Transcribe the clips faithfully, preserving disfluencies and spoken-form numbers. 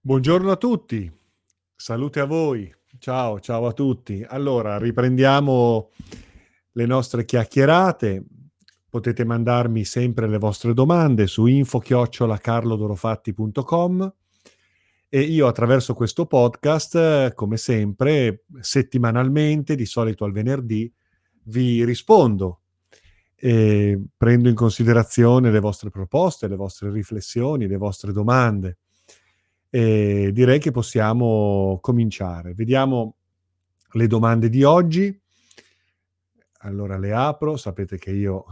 Buongiorno a tutti, salute a voi, ciao, ciao a tutti. Allora, riprendiamo le nostre chiacchierate. Potete mandarmi sempre le vostre domande su info chiocciola carlodorofatti punto com e io attraverso questo podcast, eh, come sempre, settimanalmente, di solito al venerdì, vi rispondo e prendo in considerazione le vostre proposte, le vostre riflessioni, le vostre domande. E direi che possiamo cominciare. Vediamo le domande di oggi. Allora le apro, sapete che io...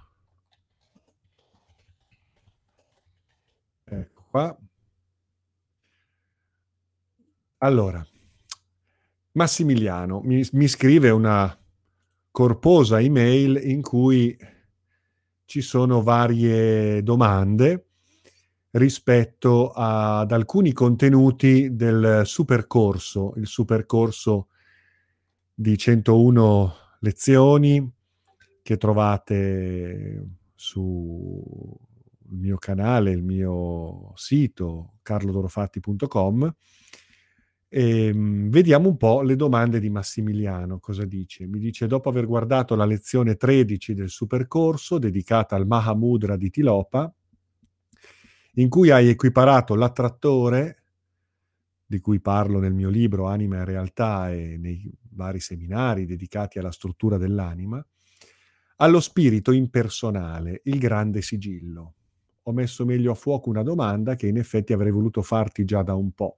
Ecco qua. Allora, Massimiliano mi, mi scrive una corposa email in cui ci sono varie domande rispetto ad alcuni contenuti del supercorso, il supercorso di centouno lezioni che trovate sul mio canale, il mio sito carlodorofatti punto com. E vediamo un po' le domande di Massimiliano, cosa dice. Mi dice: dopo aver guardato la lezione tredici del supercorso dedicata al Mahamudra di Tilopa, in cui hai equiparato l'attrattore, di cui parlo nel mio libro Anima e Realtà e nei vari seminari dedicati alla struttura dell'anima, allo spirito impersonale, il grande sigillo. Ho messo meglio a fuoco una domanda che in effetti avrei voluto farti già da un po'.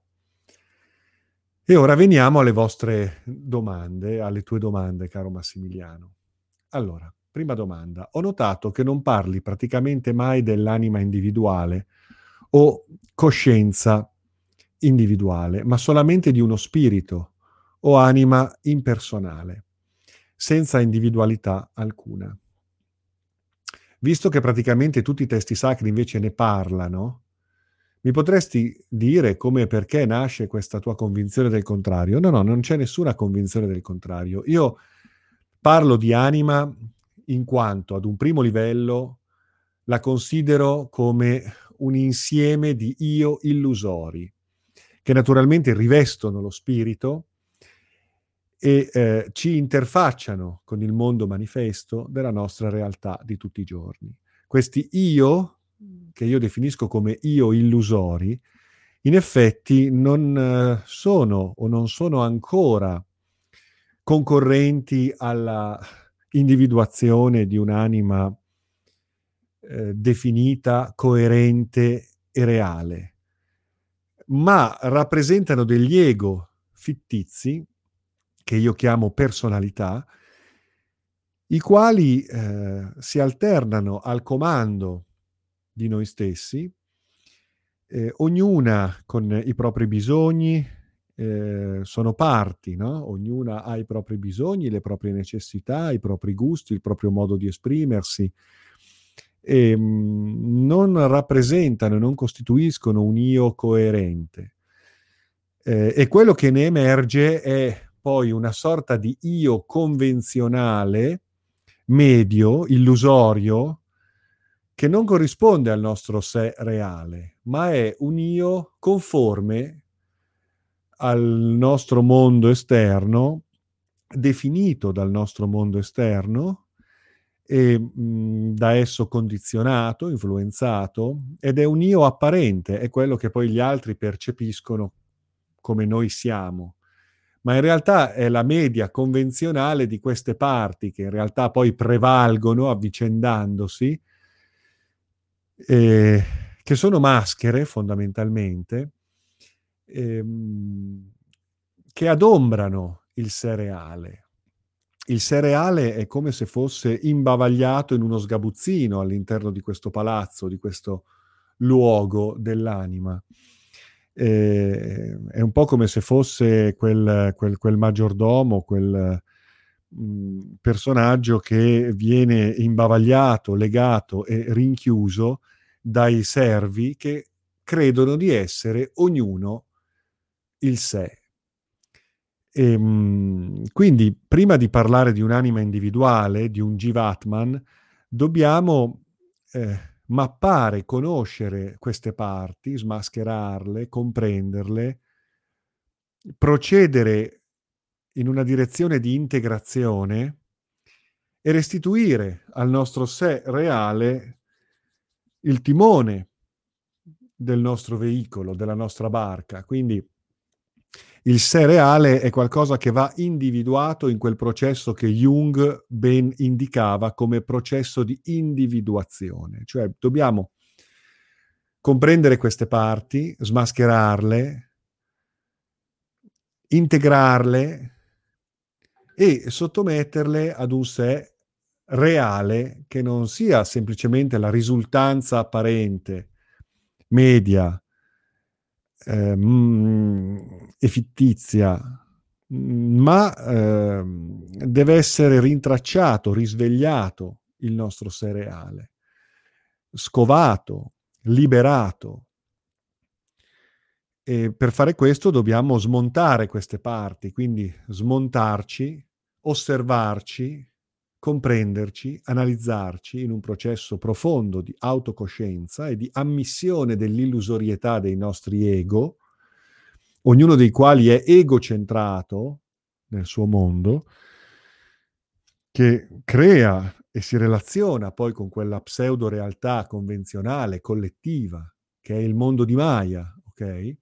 E ora veniamo alle vostre domande, alle tue domande, caro Massimiliano. Allora, prima domanda. Ho notato che non parli praticamente mai dell'anima individuale o coscienza individuale, ma solamente di uno spirito o anima impersonale, senza individualità alcuna. Visto che praticamente tutti i testi sacri invece ne parlano, mi potresti dire come e perché nasce questa tua convinzione del contrario? No, no, non c'è nessuna convinzione del contrario. Io parlo di anima in quanto ad un primo livello la considero come un insieme di io illusori, che naturalmente rivestono lo spirito e eh, ci interfacciano con il mondo manifesto della nostra realtà di tutti i giorni. Questi io, che io definisco come io illusori, in effetti non eh, sono o non sono ancora concorrenti alla individuazione di un'anima eh, definita, coerente e reale, ma rappresentano degli ego fittizi, che io chiamo personalità, i quali eh, si alternano al comando di noi stessi, eh, ognuna con i propri bisogni, eh, sono parti, no? Ognuna ha i propri bisogni, le proprie necessità, i propri gusti, il proprio modo di esprimersi, e mh, non rappresentano, non costituiscono un io coerente. Eh, e quello che ne emerge è poi una sorta di io convenzionale, medio, illusorio, che non corrisponde al nostro sé reale, ma è un io conforme al nostro mondo esterno, definito dal nostro mondo esterno e mh, da esso condizionato, influenzato, ed è un io apparente, è quello che poi gli altri percepiscono come noi siamo. Ma in realtà è la media convenzionale di queste parti che in realtà poi prevalgono avvicendandosi, eh, che sono maschere fondamentalmente, ehm, che adombrano il sé reale. Il sé reale è come se fosse imbavagliato in uno sgabuzzino all'interno di questo palazzo, di questo luogo dell'anima. Eh, è un po' come se fosse quel, quel, quel maggiordomo, quel mh, personaggio che viene imbavagliato, legato e rinchiuso dai servi che credono di essere ognuno il sé. E, mh, quindi, prima di parlare di un'anima individuale, di un Jivatman, dobbiamo eh, mappare, conoscere queste parti, smascherarle, comprenderle, procedere in una direzione di integrazione e restituire al nostro sé reale il timone del nostro veicolo, della nostra barca. Quindi il sé reale è qualcosa che va individuato in quel processo che Jung ben indicava come processo di individuazione. Cioè dobbiamo comprendere queste parti, smascherarle, integrarle e sottometterle ad un sé reale che non sia semplicemente la risultanza apparente, media, eh, mm, e fittizia, ma eh, deve essere rintracciato, risvegliato il nostro sé reale, scovato, liberato. E per fare questo dobbiamo smontare queste parti, quindi smontarci, osservarci, comprenderci, analizzarci in un processo profondo di autocoscienza e di ammissione dell'illusorietà dei nostri ego, ognuno dei quali è egocentrato nel suo mondo, che crea e si relaziona poi con quella pseudo-realtà convenzionale, collettiva, che è il mondo di Maya, ok?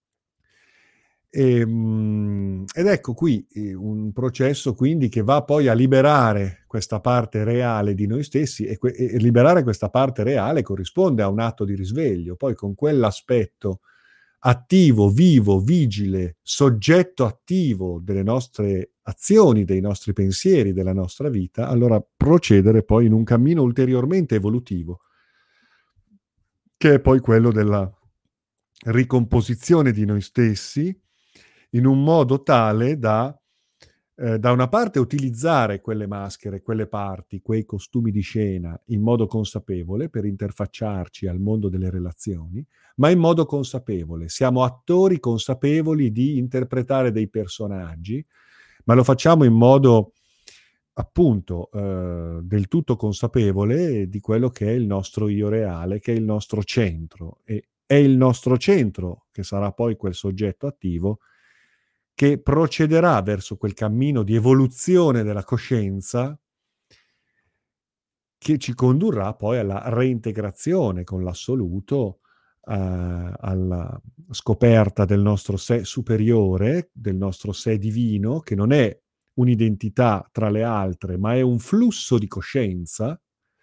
E, mm, ed ecco qui eh, un processo quindi che va poi a liberare questa parte reale di noi stessi e, que- e liberare questa parte reale corrisponde a un atto di risveglio, poi con quell'aspetto attivo, vivo, vigile, soggetto attivo delle nostre azioni, dei nostri pensieri, della nostra vita, allora procedere poi in un cammino ulteriormente evolutivo, che è poi quello della ricomposizione di noi stessi in un modo tale da, eh, da una parte, utilizzare quelle maschere, quelle parti, quei costumi di scena in modo consapevole per interfacciarci al mondo delle relazioni, ma in modo consapevole. Siamo attori consapevoli di interpretare dei personaggi, ma lo facciamo in modo appunto eh, del tutto consapevole di quello che è il nostro io reale, che è il nostro centro. E è il nostro centro che sarà poi quel soggetto attivo che procederà verso quel cammino di evoluzione della coscienza che ci condurrà poi alla reintegrazione con l'assoluto, eh, alla scoperta del nostro sé superiore, del nostro sé divino, che non è un'identità tra le altre, ma è un flusso di coscienza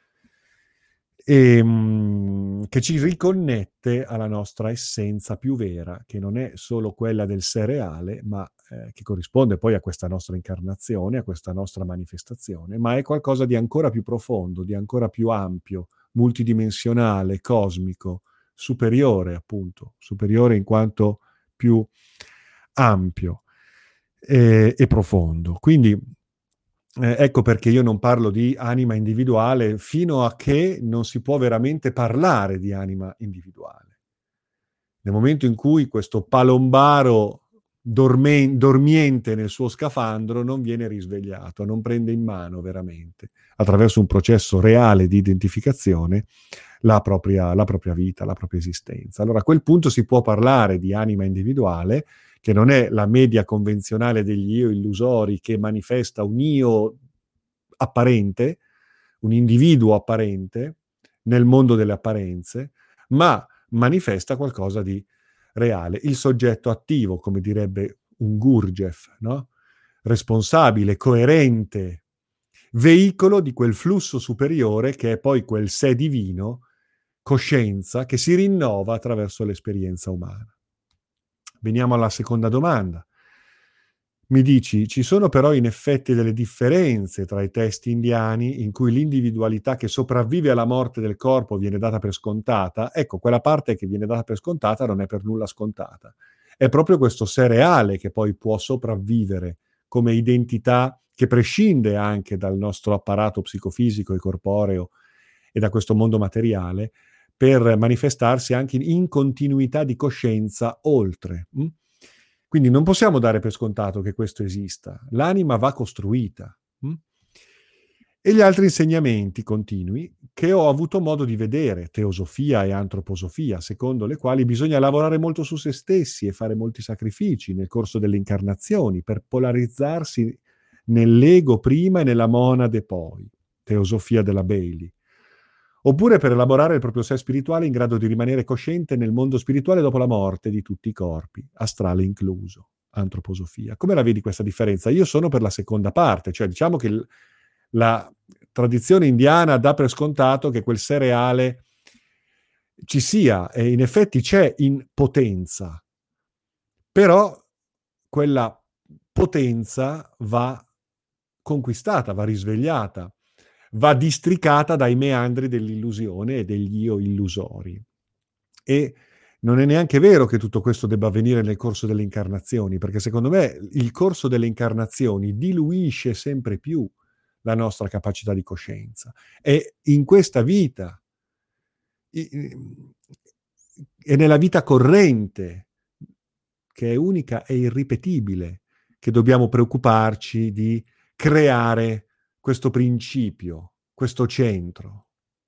e, mh, che ci riconnette alla nostra essenza più vera, che non è solo quella del sé reale, ma eh, che corrisponde poi a questa nostra incarnazione, a questa nostra manifestazione, ma è qualcosa di ancora più profondo, di ancora più ampio, multidimensionale, cosmico, superiore appunto, superiore in quanto più ampio e, e profondo. Quindi eh, ecco perché io non parlo di anima individuale fino a che non si può veramente parlare di anima individuale. Nel momento in cui questo palombaro dorme- dormiente nel suo scafandro non viene risvegliato, non prende in mano veramente, attraverso un processo reale di identificazione, la propria, la propria vita, la propria esistenza. Allora a quel punto si può parlare di anima individuale, che non è la media convenzionale degli io illusori che manifesta un io apparente, un individuo apparente nel mondo delle apparenze, ma manifesta qualcosa di reale. Il soggetto attivo, come direbbe un Gurdjieff, no? Responsabile, coerente, veicolo di quel flusso superiore che è poi quel sé divino, coscienza, che si rinnova attraverso l'esperienza umana. Veniamo alla seconda domanda. Mi dici, ci sono però in effetti delle differenze tra i testi indiani in cui l'individualità che sopravvive alla morte del corpo viene data per scontata? Ecco, quella parte che viene data per scontata non è per nulla scontata. È proprio questo sé reale che poi può sopravvivere come identità che prescinde anche dal nostro apparato psicofisico e corporeo e da questo mondo materiale per manifestarsi anche in continuità di coscienza oltre. Hm? Quindi non possiamo dare per scontato che questo esista. L'anima va costruita. Hm? E gli altri insegnamenti continui che ho avuto modo di vedere, teosofia e antroposofia, secondo le quali bisogna lavorare molto su se stessi e fare molti sacrifici nel corso delle incarnazioni per polarizzarsi nell'ego prima e nella monade poi, teosofia della Bailey. Oppure per elaborare il proprio sé spirituale in grado di rimanere cosciente nel mondo spirituale dopo la morte di tutti i corpi, astrale incluso, antroposofia. Come la vedi questa differenza? Io sono per la seconda parte, cioè diciamo che il, la tradizione indiana dà per scontato che quel sé reale ci sia, e in effetti c'è in potenza, però quella potenza va conquistata, va risvegliata, va districata dai meandri dell'illusione e degli io illusori. E non è neanche vero che tutto questo debba avvenire nel corso delle incarnazioni, perché secondo me il corso delle incarnazioni diluisce sempre più la nostra capacità di coscienza. E in questa vita, e nella vita corrente, che è unica e irripetibile, che dobbiamo preoccuparci di creare questo principio, questo centro.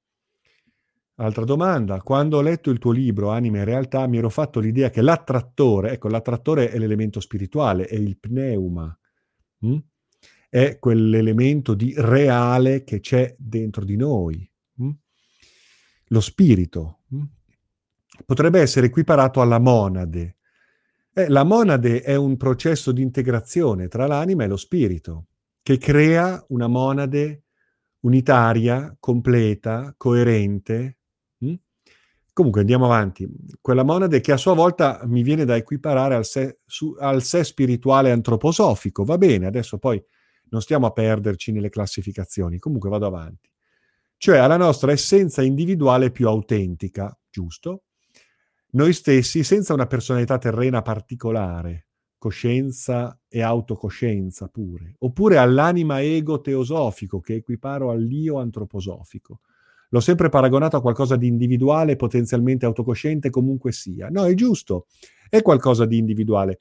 Altra domanda: quando ho letto il tuo libro Anima e Realtà mi ero fatto l'idea che l'attrattore, ecco, l'attrattore è l'elemento spirituale, è il pneuma, hm? È quell'elemento di reale che c'è dentro di noi, hm? Lo spirito, hm? Potrebbe essere equiparato alla monade. Eh, la monade è un processo di integrazione tra l'anima e lo spirito, che crea una monade unitaria, completa, coerente. Mm? Comunque andiamo avanti. Quella monade che a sua volta mi viene da equiparare al sé, su, al sé spirituale antroposofico. Va bene, adesso poi non stiamo a perderci nelle classificazioni, comunque vado avanti. Cioè alla nostra essenza individuale più autentica, giusto? Noi stessi, senza una personalità terrena particolare, coscienza e autocoscienza pure, oppure all'anima ego teosofico che equiparo all'io antroposofico. L'ho sempre paragonato a qualcosa di individuale, potenzialmente autocosciente, comunque sia. No, è giusto, è qualcosa di individuale.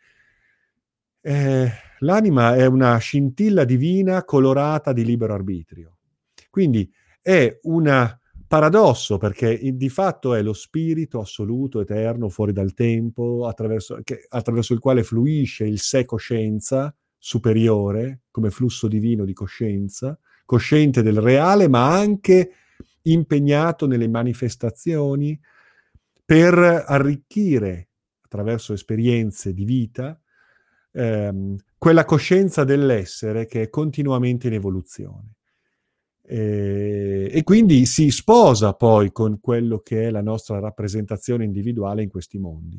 Eh, l'anima è una scintilla divina colorata di libero arbitrio. Quindi è una paradosso, perché di fatto è lo spirito assoluto, eterno, fuori dal tempo, attraverso, che, attraverso il quale fluisce il sé coscienza superiore, come flusso divino di coscienza, cosciente del reale, ma anche impegnato nelle manifestazioni per arricchire, attraverso esperienze di vita, ehm, quella coscienza dell'essere che è continuamente in evoluzione. E, e quindi si sposa poi con quello che è la nostra rappresentazione individuale in questi mondi.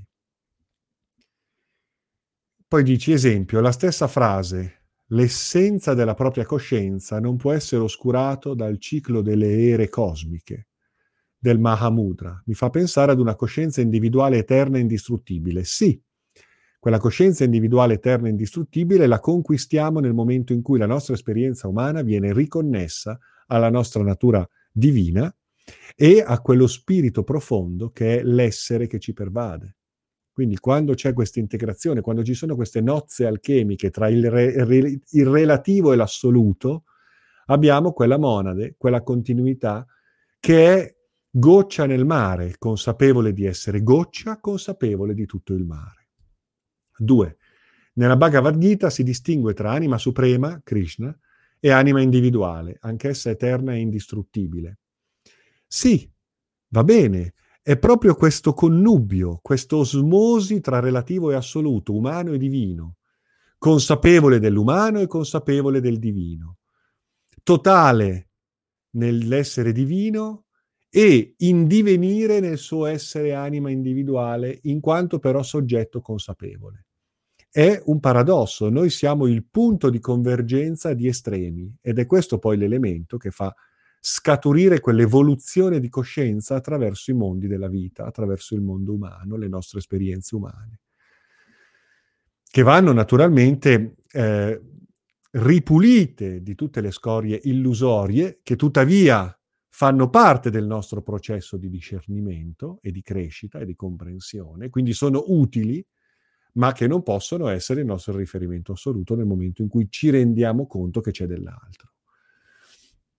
Poi dici, esempio, la stessa frase, l'essenza della propria coscienza non può essere oscurato dal ciclo delle ere cosmiche, del Mahamudra. Mi fa pensare ad una coscienza individuale eterna e indistruttibile. Sì, quella coscienza individuale eterna e indistruttibile la conquistiamo nel momento in cui la nostra esperienza umana viene riconnessa alla nostra natura divina e a quello spirito profondo che è l'essere che ci pervade. Quindi quando c'è questa integrazione, quando ci sono queste nozze alchemiche tra il, re, il relativo e l'assoluto, abbiamo quella monade, quella continuità che è goccia nel mare, consapevole di essere goccia, consapevole di tutto il mare. Due. Nella Bhagavad Gita si distingue tra anima suprema, Krishna, e anima individuale, anch'essa eterna e indistruttibile. Sì, va bene, è proprio questo connubio, questa osmosi tra relativo e assoluto, umano e divino, consapevole dell'umano e consapevole del divino, totale nell'essere divino e in divenire nel suo essere anima individuale, in quanto però soggetto consapevole. È un paradosso, noi siamo il punto di convergenza di estremi ed è questo poi l'elemento che fa scaturire quell'evoluzione di coscienza attraverso i mondi della vita, attraverso il mondo umano, le nostre esperienze umane, che vanno naturalmente eh, ripulite di tutte le scorie illusorie che tuttavia fanno parte del nostro processo di discernimento e di crescita e di comprensione, quindi sono utili, ma che non possono essere il nostro riferimento assoluto nel momento in cui ci rendiamo conto che c'è dell'altro.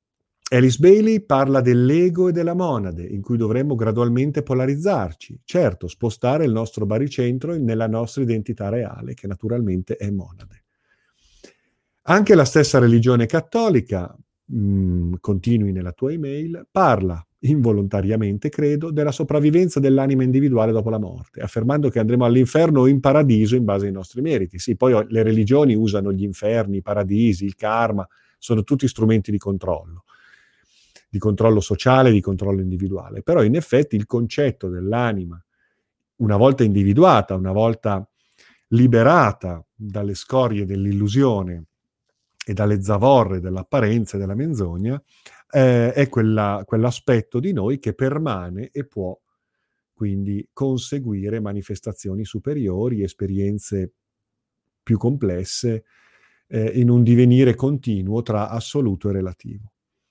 Alice Bailey parla dell'ego e della monade, in cui dovremmo gradualmente polarizzarci. Certo, spostare il nostro baricentro nella nostra identità reale, che naturalmente è monade. Anche la stessa religione cattolica, mh, continui nella tua email, parla, involontariamente credo, della sopravvivenza dell'anima individuale dopo la morte, affermando che andremo all'inferno o in paradiso in base ai nostri meriti. Sì, poi le religioni usano gli inferni, i paradisi, il karma, sono tutti strumenti di controllo, di controllo sociale, di controllo individuale. Però in effetti il concetto dell'anima, una volta individuata, una volta liberata dalle scorie dell'illusione e dalle zavorre dell'apparenza e della menzogna, eh, è quella, quell'aspetto di noi che permane e può quindi conseguire manifestazioni superiori, esperienze più complesse, eh, in un divenire continuo tra assoluto e relativo.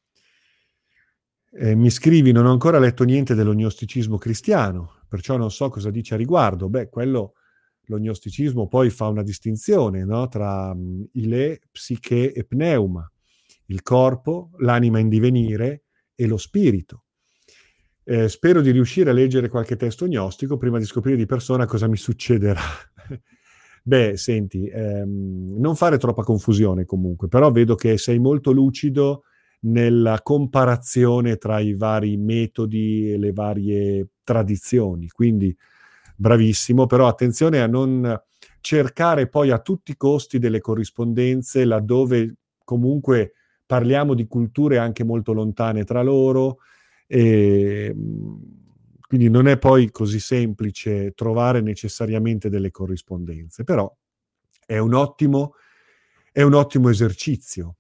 Eh, mi scrivi, non ho ancora letto niente dell'ognosticismo cristiano, perciò non so cosa dice a riguardo. Beh, quello, l'ognosticismo poi fa una distinzione, no? Tra um, ile, psiche e pneuma, il corpo, l'anima in divenire e lo spirito. Eh, spero di riuscire a leggere qualche testo gnostico prima di scoprire di persona cosa mi succederà. Beh, senti, ehm, non fare troppa confusione comunque, però vedo che sei molto lucido nella comparazione tra i vari metodi e le varie tradizioni, quindi bravissimo, però attenzione a non cercare poi a tutti i costi delle corrispondenze laddove comunque parliamo di culture anche molto lontane tra loro, e quindi non è poi così semplice trovare necessariamente delle corrispondenze, però è un ottimo, è un ottimo esercizio.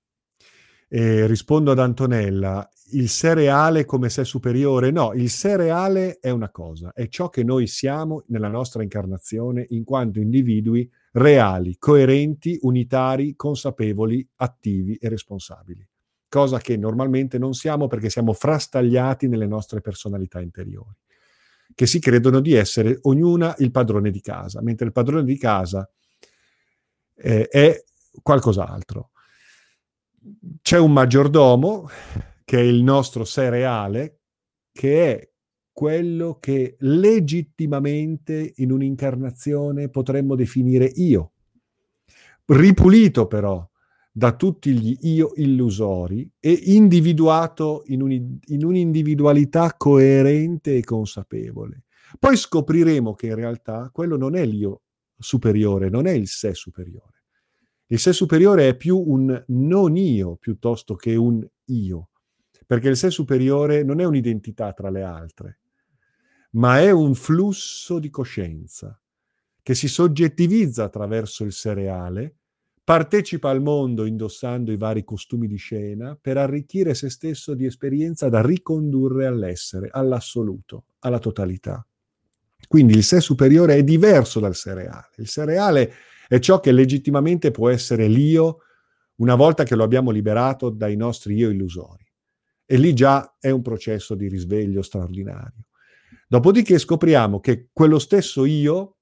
E rispondo ad Antonella, il sé reale come sé superiore? No, il sé reale è una cosa, è ciò che noi siamo nella nostra incarnazione in quanto individui reali, coerenti, unitari, consapevoli, attivi e responsabili. Cosa che normalmente non siamo perché siamo frastagliati nelle nostre personalità interiori, che si credono di essere ognuna il padrone di casa, mentre il padrone di casa eh, è qualcos'altro. C'è un maggiordomo, che è il nostro sé reale, che è quello che legittimamente in un'incarnazione potremmo definire io, ripulito però da tutti gli io illusori e individuato in, un, in un'individualità coerente e consapevole. Poi scopriremo che in realtà quello non è l'io superiore, non è il sé superiore. Il sé superiore è più un non io piuttosto che un io, perché il sé superiore non è un'identità tra le altre, ma è un flusso di coscienza che si soggettivizza attraverso il sé reale, partecipa al mondo indossando i vari costumi di scena per arricchire se stesso di esperienza da ricondurre all'essere, all'assoluto, alla totalità. Quindi il sé superiore è diverso dal sé reale. Il sé reale è ciò che legittimamente può essere l'io una volta che lo abbiamo liberato dai nostri io illusori. E lì già è un processo di risveglio straordinario. Dopodiché scopriamo che quello stesso io,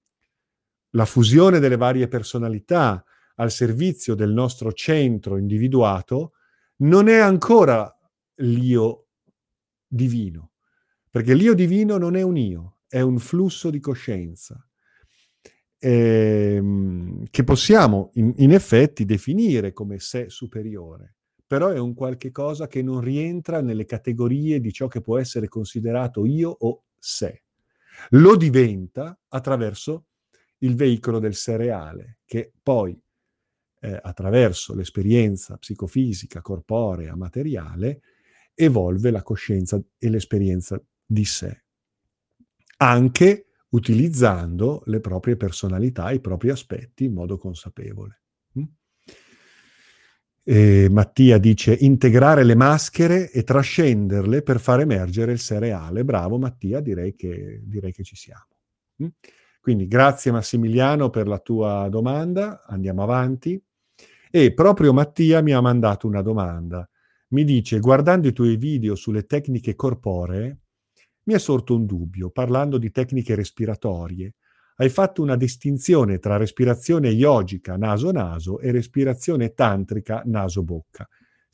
la fusione delle varie personalità al servizio del nostro centro individuato, non è ancora l'io divino, perché l'io divino non è un io, è un flusso di coscienza ehm, che possiamo in, in effetti definire come sé superiore, però è un qualche cosa che non rientra nelle categorie di ciò che può essere considerato io o sé. Lo diventa attraverso il veicolo del sé reale, che poi eh, attraverso l'esperienza psicofisica, corporea, materiale, evolve la coscienza e l'esperienza di sé, anche utilizzando le proprie personalità, i propri aspetti in modo consapevole. Mm? E Mattia dice integrare le maschere e trascenderle per far emergere il sé reale. Bravo Mattia, direi che, direi che ci siamo. Mm? Quindi grazie Massimiliano per la tua domanda, andiamo avanti. E proprio Mattia mi ha mandato una domanda. Mi dice, guardando i tuoi video sulle tecniche corporee, mi è sorto un dubbio, parlando di tecniche respiratorie. Hai fatto una distinzione tra respirazione yogica naso-naso e respirazione tantrica naso-bocca. Sì,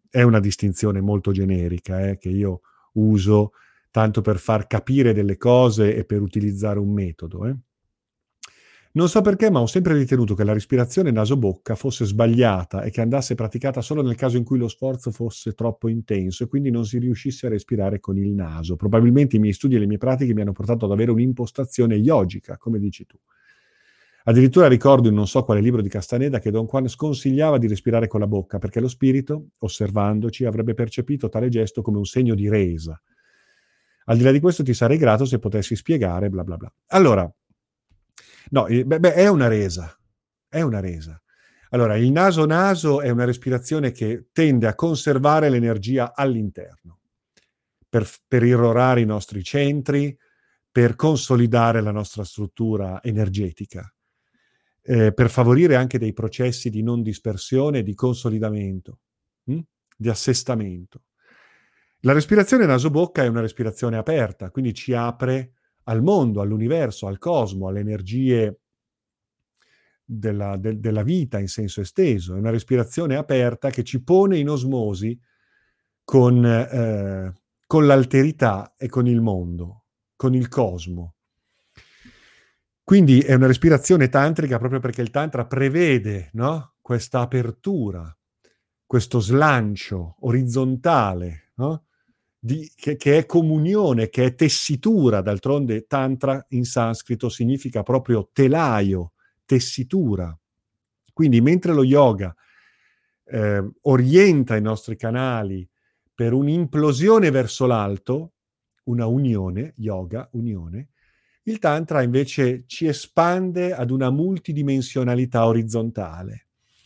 è una distinzione molto generica, eh, che io uso tanto per far capire delle cose e per utilizzare un metodo. Eh. Non so perché, ma ho sempre ritenuto che la respirazione naso-bocca fosse sbagliata e che andasse praticata solo nel caso in cui lo sforzo fosse troppo intenso e quindi non si riuscisse a respirare con il naso. Probabilmente i miei studi e le mie pratiche mi hanno portato ad avere un'impostazione yogica, come dici tu. Addirittura ricordo in non so quale libro di Castaneda che Don Juan sconsigliava di respirare con la bocca perché lo spirito, osservandoci, avrebbe percepito tale gesto come un segno di resa. Al di là di questo ti sarei grato se potessi spiegare, bla bla bla. Allora, no, eh, beh, beh, è una resa, è una resa. Allora, il naso-naso è una respirazione che tende a conservare l'energia all'interno, per, per irrorare i nostri centri, per consolidare la nostra struttura energetica, eh, per favorire anche dei processi di non dispersione e di consolidamento, hm? Di assestamento. La respirazione naso-bocca è una respirazione aperta, quindi ci apre al mondo, all'universo, al cosmo, alle energie della, de, della vita in senso esteso. È una respirazione aperta che ci pone in osmosi con, eh, con l'alterità e con il mondo, con il cosmo. Quindi è una respirazione tantrica proprio perché il tantra prevede, no? Questa apertura, questo slancio orizzontale, no? Di, che, che è comunione, che è tessitura. D'altronde tantra in sanscrito significa proprio telaio, tessitura. Quindi mentre lo yoga eh, orienta i nostri canali per un'implosione verso l'alto, una unione, yoga, unione, il tantra invece ci espande ad una multidimensionalità orizzontale.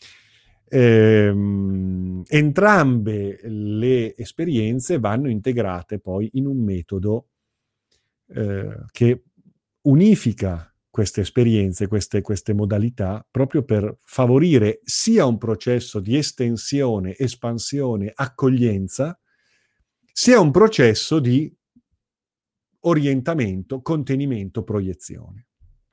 Ehm, entrambe le esperienze vanno integrate poi in un metodo eh, che unifica queste esperienze, queste, queste modalità, proprio per favorire sia un processo di estensione, espansione, accoglienza, sia un processo di orientamento, contenimento, proiezione.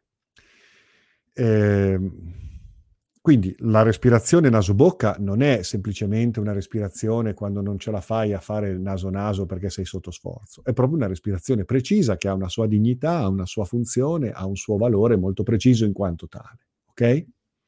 Eh, quindi la respirazione naso-bocca non è semplicemente una respirazione quando non ce la fai a fare il naso-naso perché sei sotto sforzo, è proprio una respirazione precisa che ha una sua dignità, ha una sua funzione, ha un suo valore molto preciso in quanto tale. Ok?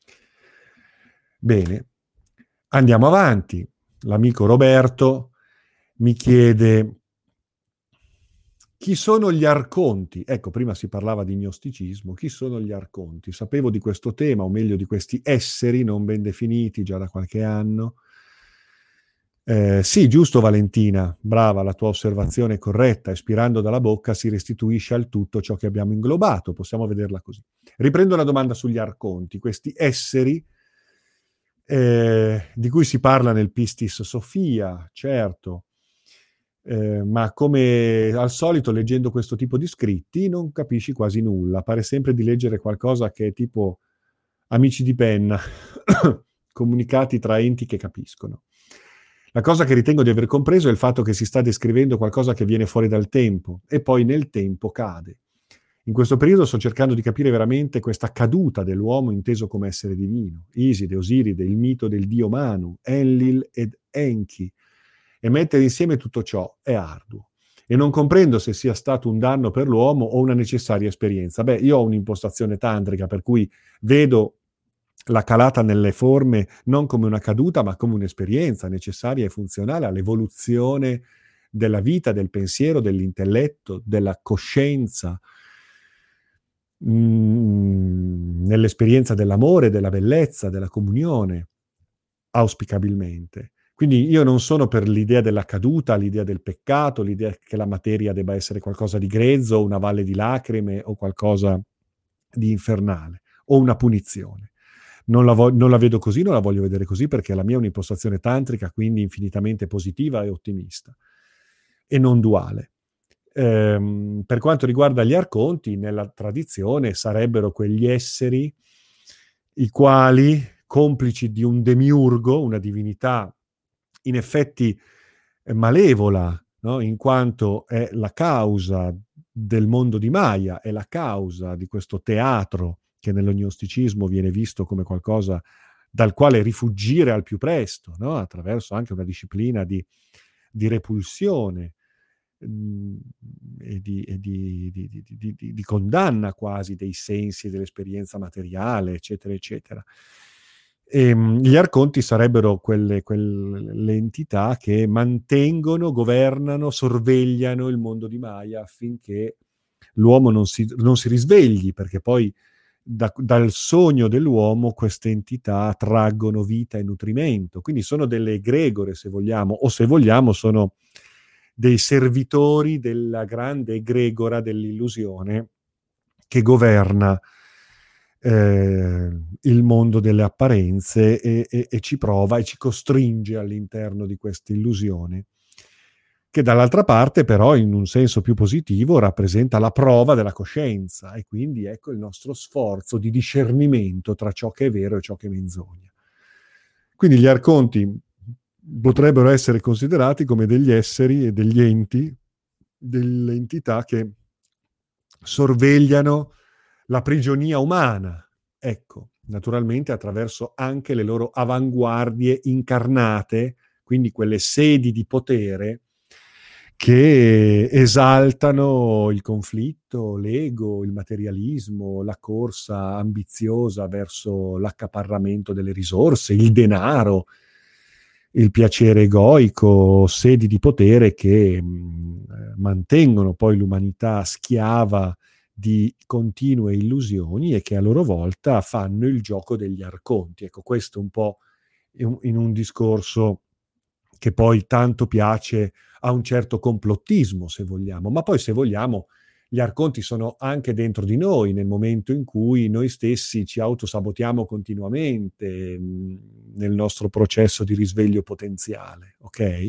Bene, andiamo avanti. L'amico Roberto mi chiede: chi sono gli arconti? Ecco, prima si parlava di gnosticismo. Chi sono gli arconti? Sapevo di questo tema, o meglio di questi esseri non ben definiti già da qualche anno. Eh, sì, giusto Valentina, brava, la tua osservazione è corretta. Espirando dalla bocca si restituisce al tutto ciò che abbiamo inglobato, possiamo vederla così. Riprendo la domanda sugli arconti, questi esseri eh, di cui si parla nel Pistis Sophia, certo. Eh, ma come al solito leggendo questo tipo di scritti non capisci quasi nulla, pare sempre di leggere qualcosa che è tipo amici di penna, comunicati tra enti che capiscono. La cosa che ritengo di aver compreso è il fatto che si sta descrivendo qualcosa che viene fuori dal tempo e poi nel tempo cade. In questo periodo sto cercando di capire veramente questa caduta dell'uomo inteso come essere divino, Iside, Osiride, il mito del dio Manu, Enlil ed Enki, e mettere insieme tutto ciò è arduo. E non comprendo se sia stato un danno per l'uomo o una necessaria esperienza. Beh, io ho un'impostazione tantrica, per cui vedo la calata nelle forme non come una caduta, ma come un'esperienza necessaria e funzionale all'evoluzione della vita, del pensiero, dell'intelletto, della coscienza, mh, nell'esperienza dell'amore, della bellezza, della comunione, auspicabilmente. Quindi io non sono per l'idea della caduta, l'idea del peccato, l'idea che la materia debba essere qualcosa di grezzo, una valle di lacrime o qualcosa di infernale, o una punizione. Non la, vo- non la vedo così, non la voglio vedere così, perché la mia è un'impostazione tantrica, quindi infinitamente positiva e ottimista, e non duale. Ehm, per quanto riguarda gli arconti, nella tradizione sarebbero quegli esseri i quali, complici di un demiurgo, una divinità in effetti malevola, no? In quanto è la causa del mondo di Maya, è la causa di questo teatro che nello gnosticismo viene visto come qualcosa dal quale rifuggire al più presto, no? Attraverso anche una disciplina di, di repulsione mh, e, di, e di, di, di, di, di condanna quasi dei sensi e dell'esperienza materiale, eccetera, eccetera. E, mh, gli arconti sarebbero quelle, quelle entità che mantengono, governano, sorvegliano il mondo di Maya affinché l'uomo non si, non si risvegli, perché poi da, dal sogno dell'uomo queste entità traggono vita e nutrimento, quindi sono delle egregore, se vogliamo, o se vogliamo sono dei servitori della grande egregora dell'illusione che governa eh, il mondo delle apparenze e, e, e ci prova e ci costringe all'interno di questa illusione, che dall'altra parte però in un senso più positivo rappresenta la prova della coscienza e quindi ecco il nostro sforzo di discernimento tra ciò che è vero e ciò che è menzogna. Quindi gli arconti potrebbero essere considerati come degli esseri e degli enti, delle entità che sorvegliano la prigionia umana, ecco, naturalmente attraverso anche le loro avanguardie incarnate, quindi quelle sedi di potere che esaltano il conflitto, l'ego, il materialismo, la corsa ambiziosa verso l'accaparramento delle risorse, il denaro, il piacere egoico, sedi di potere che mh, mantengono poi l'umanità schiava di continue illusioni e che a loro volta fanno il gioco degli arconti. Ecco, questo un po' in, in un discorso che poi tanto piace a un certo complottismo, se vogliamo, ma poi se vogliamo gli arconti sono anche dentro di noi nel momento in cui noi stessi ci autosabotiamo continuamente mh, nel nostro processo di risveglio potenziale, ok?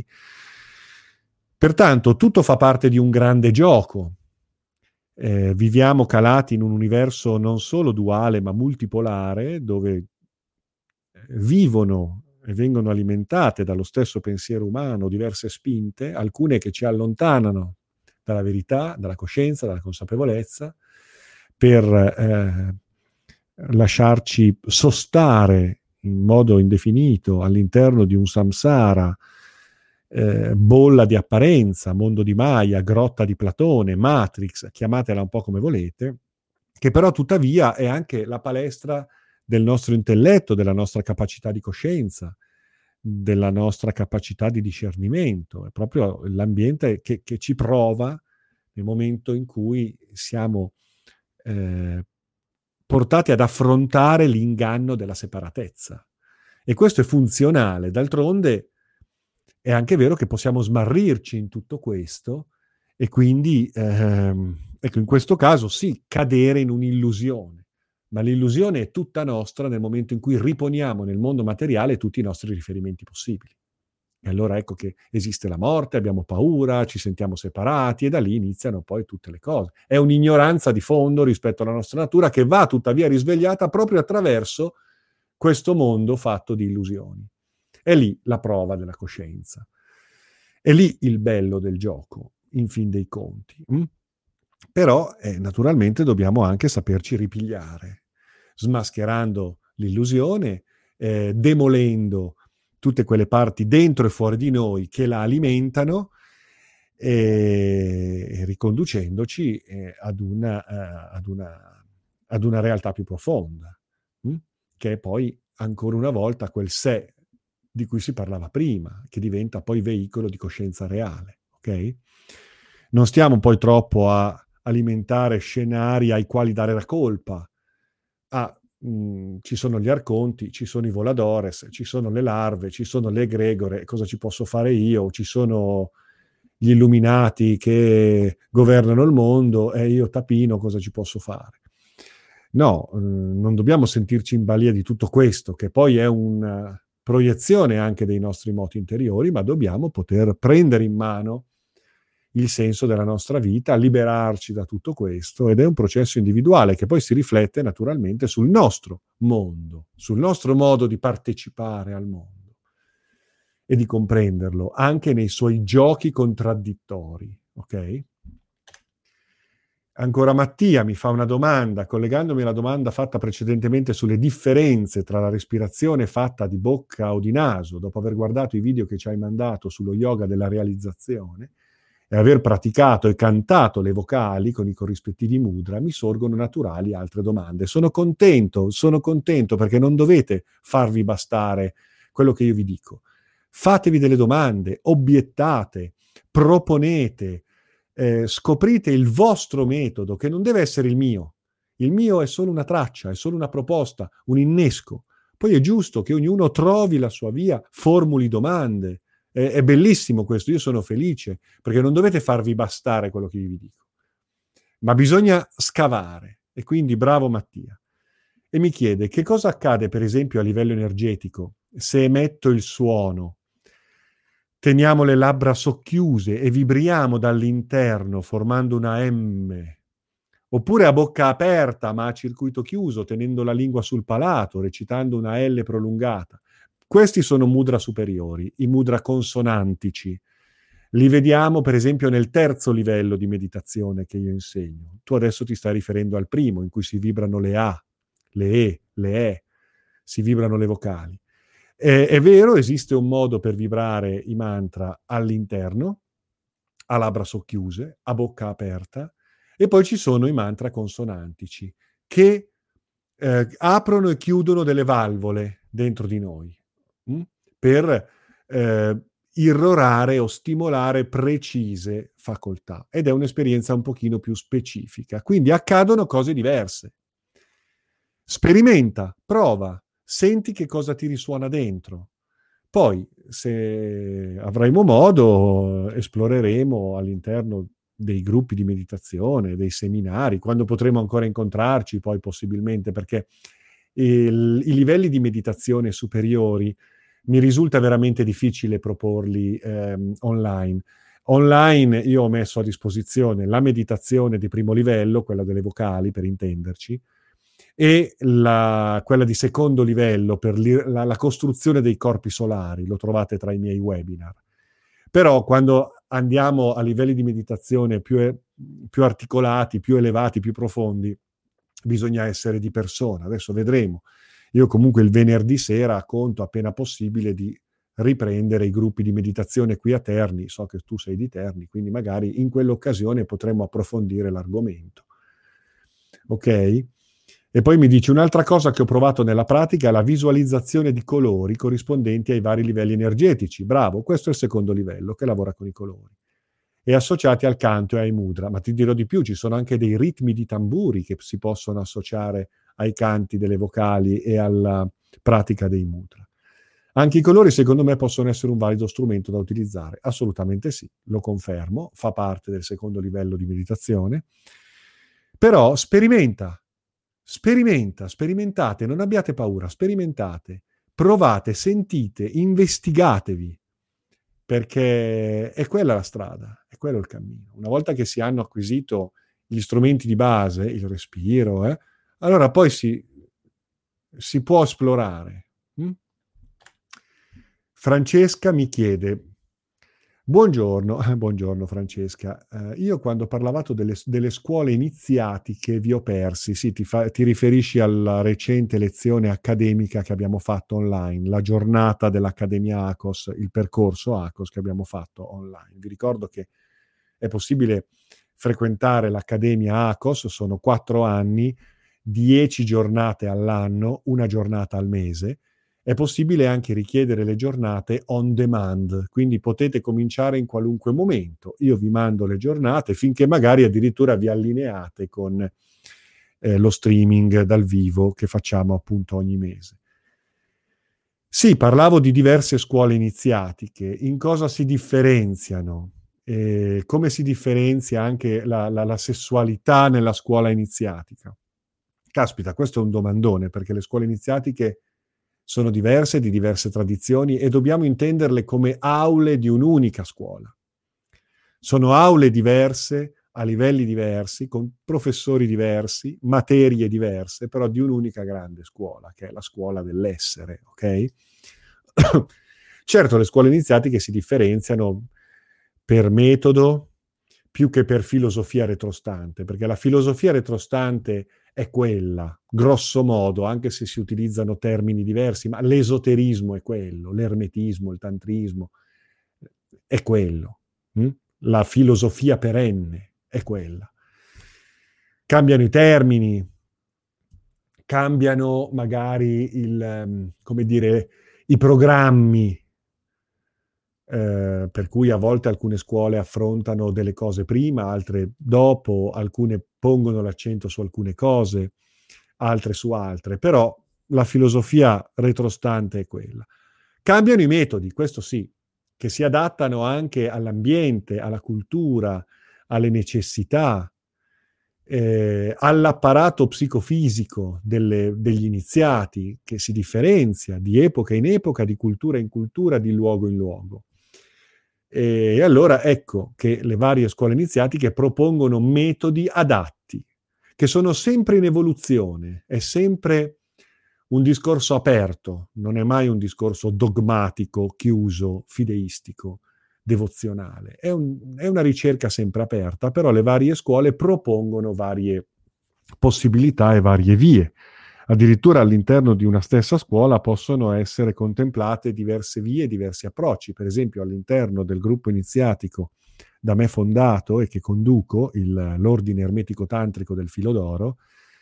Pertanto tutto fa parte di un grande gioco. Eh, viviamo calati in un universo non solo duale ma multipolare, dove vivono e vengono alimentate dallo stesso pensiero umano diverse spinte, alcune che ci allontanano dalla verità, dalla coscienza, dalla consapevolezza, per eh, lasciarci sostare in modo indefinito all'interno di un samsara, eh, bolla di apparenza, mondo di Maya, grotta di Platone, Matrix, chiamatela un po' come volete, che però tuttavia è anche la palestra del nostro intelletto, della nostra capacità di coscienza, della nostra capacità di discernimento. È proprio l'ambiente che, che ci prova nel momento in cui siamo eh, portati ad affrontare l'inganno della separatezza. E questo è funzionale. D'altronde è anche vero che possiamo smarrirci in tutto questo e quindi, ehm, ecco, in questo caso sì, cadere in un'illusione. Ma l'illusione è tutta nostra nel momento in cui riponiamo nel mondo materiale tutti i nostri riferimenti possibili. E allora ecco che esiste la morte, abbiamo paura, ci sentiamo separati e da lì iniziano poi tutte le cose. È un'ignoranza di fondo rispetto alla nostra natura che va tuttavia risvegliata proprio attraverso questo mondo fatto di illusioni. È lì la prova della coscienza. È lì il bello del gioco, in fin dei conti. Mm? Però eh, naturalmente dobbiamo anche saperci ripigliare, smascherando l'illusione, eh, demolendo tutte quelle parti dentro e fuori di noi che la alimentano e, e riconducendoci eh, ad, una, uh, ad, una, ad una realtà più profonda, mh? Che è poi ancora una volta quel sé di cui si parlava prima, che diventa poi veicolo di coscienza reale, ok? Non stiamo poi troppo a alimentare scenari ai quali dare la colpa. Ah, mh, ci sono gli arconti, ci sono i voladores, ci sono le larve, ci sono le egregore, cosa ci posso fare io? Ci sono gli illuminati che governano il mondo e io tapino, cosa ci posso fare? No, eh, non dobbiamo sentirci in balia di tutto questo, che poi è una proiezione anche dei nostri moti interiori, ma dobbiamo poter prendere in mano il senso della nostra vita, liberarci da tutto questo, ed è un processo individuale che poi si riflette naturalmente sul nostro mondo, sul nostro modo di partecipare al mondo e di comprenderlo anche nei suoi giochi contraddittori, ok? Ancora Mattia mi fa una domanda, collegandomi alla domanda fatta precedentemente sulle differenze tra la respirazione fatta di bocca o di naso, dopo aver guardato i video che ci hai mandato sullo yoga della realizzazione e aver praticato e cantato le vocali con i corrispettivi mudra, mi sorgono naturali altre domande. Sono contento, sono contento perché non dovete farvi bastare quello che io vi dico. Fatevi delle domande, obiettate, proponete, Eh, scoprite il vostro metodo, che non deve essere il mio. Il mio è solo una traccia, è solo una proposta, un innesco. Poi è giusto che ognuno trovi la sua via, formuli domande. Eh, è bellissimo questo, io sono felice, perché non dovete farvi bastare quello che io vi dico. Ma bisogna scavare. E quindi bravo Mattia. E mi chiede, che cosa accade per esempio a livello energetico se emetto il suono? Teniamo le labbra socchiuse e vibriamo dall'interno formando una M, oppure a bocca aperta ma a circuito chiuso, tenendo la lingua sul palato, recitando una L prolungata. Questi sono mudra superiori, i mudra consonantici. Li vediamo per esempio nel terzo livello di meditazione che io insegno. Tu adesso ti stai riferendo al primo, in cui si vibrano le A, le E, le E, si vibrano le vocali. Eh, è vero, esiste un modo per vibrare i mantra all'interno, a labbra socchiuse, a bocca aperta, e poi ci sono i mantra consonantici che eh, aprono e chiudono delle valvole dentro di noi mh? per eh, irrorare o stimolare precise facoltà. Ed è un'esperienza un pochino più specifica. Quindi accadono cose diverse. Sperimenta, prova, senti che cosa ti risuona dentro. Poi, se avremo modo, esploreremo all'interno dei gruppi di meditazione, dei seminari, quando potremo ancora incontrarci, poi possibilmente, perché il, i livelli di meditazione superiori mi risulta veramente difficile proporli ehm, online. Online io ho messo a disposizione la meditazione di primo livello, quella delle vocali, per intenderci, e la, quella di secondo livello per la, la costruzione dei corpi solari, lo trovate tra i miei webinar. Però quando andiamo a livelli di meditazione più, più articolati, più elevati, più profondi, bisogna essere di persona. Adesso vedremo. Io comunque il venerdì sera conto appena possibile di riprendere i gruppi di meditazione qui a Terni. So che tu sei di Terni, quindi magari in quell'occasione potremo approfondire l'argomento. Ok? E poi mi dice un'altra cosa che ho provato nella pratica è la visualizzazione di colori corrispondenti ai vari livelli energetici. Bravo, questo è il secondo livello che lavora con i colori. E associati al canto e ai mudra. Ma ti dirò di più, ci sono anche dei ritmi di tamburi che si possono associare ai canti delle vocali e alla pratica dei mudra. Anche i colori, secondo me, possono essere un valido strumento da utilizzare. Assolutamente sì, lo confermo, fa parte del secondo livello di meditazione. Però sperimenta. Sperimenta, sperimentate, non abbiate paura, sperimentate, provate, sentite, investigatevi, perché è quella la strada, è quello il cammino. Una volta che si hanno acquisito gli strumenti di base, il respiro, eh, allora poi si, si può esplorare. Hm? Francesca mi chiede: buongiorno, buongiorno Francesca, uh, io quando parlavate delle, delle scuole iniziatiche vi ho persi, sì, ti, fa, ti riferisci alla recente lezione accademica che abbiamo fatto online, la giornata dell'Accademia A C O S, il percorso A C O S che abbiamo fatto online. Vi ricordo che è possibile frequentare l'Accademia A C O S, sono quattro anni, dieci giornate all'anno, una giornata al mese. È possibile anche richiedere le giornate on demand, quindi potete cominciare in qualunque momento. Io vi mando le giornate finché magari addirittura vi allineate con eh, lo streaming dal vivo che facciamo appunto ogni mese. Sì, parlavo di diverse scuole iniziatiche. In cosa si differenziano? Eh, come si differenzia anche la, la, la sessualità nella scuola iniziatica? Caspita, questo è un domandone, perché le scuole iniziatiche sono diverse, di diverse tradizioni, e dobbiamo intenderle come aule di un'unica scuola. Sono aule diverse, a livelli diversi, con professori diversi, materie diverse, però di un'unica grande scuola, che è la scuola dell'essere, ok? Certo, le scuole iniziatiche si differenziano per metodo, più che per filosofia retrostante, perché la filosofia retrostante è quella, grosso modo, anche se si utilizzano termini diversi, ma l'esoterismo è quello, l'ermetismo, il tantrismo, è quello. Hm? La filosofia perenne è quella. Cambiano i termini, cambiano magari il, come dire, i programmi, eh, per cui a volte alcune scuole affrontano delle cose prima, altre dopo, alcune pongono l'accento su alcune cose, altre su altre, però la filosofia retrostante è quella. Cambiano i metodi, questo sì, che si adattano anche all'ambiente, alla cultura, alle necessità, eh, all'apparato psicofisico delle, degli iniziati, che si differenzia di epoca in epoca, di cultura in cultura, di luogo in luogo. E allora ecco che le varie scuole iniziatiche propongono metodi adatti, che sono sempre in evoluzione, è sempre un discorso aperto, non è mai un discorso dogmatico, chiuso, fideistico, devozionale. È, un, è una ricerca sempre aperta, però le varie scuole propongono varie possibilità e varie vie. Addirittura all'interno di una stessa scuola possono essere contemplate diverse vie, diversi approcci. Per esempio all'interno del gruppo iniziatico da me fondato e che conduco, il, l'Ordine Ermetico Tantrico del Filo d'Oro,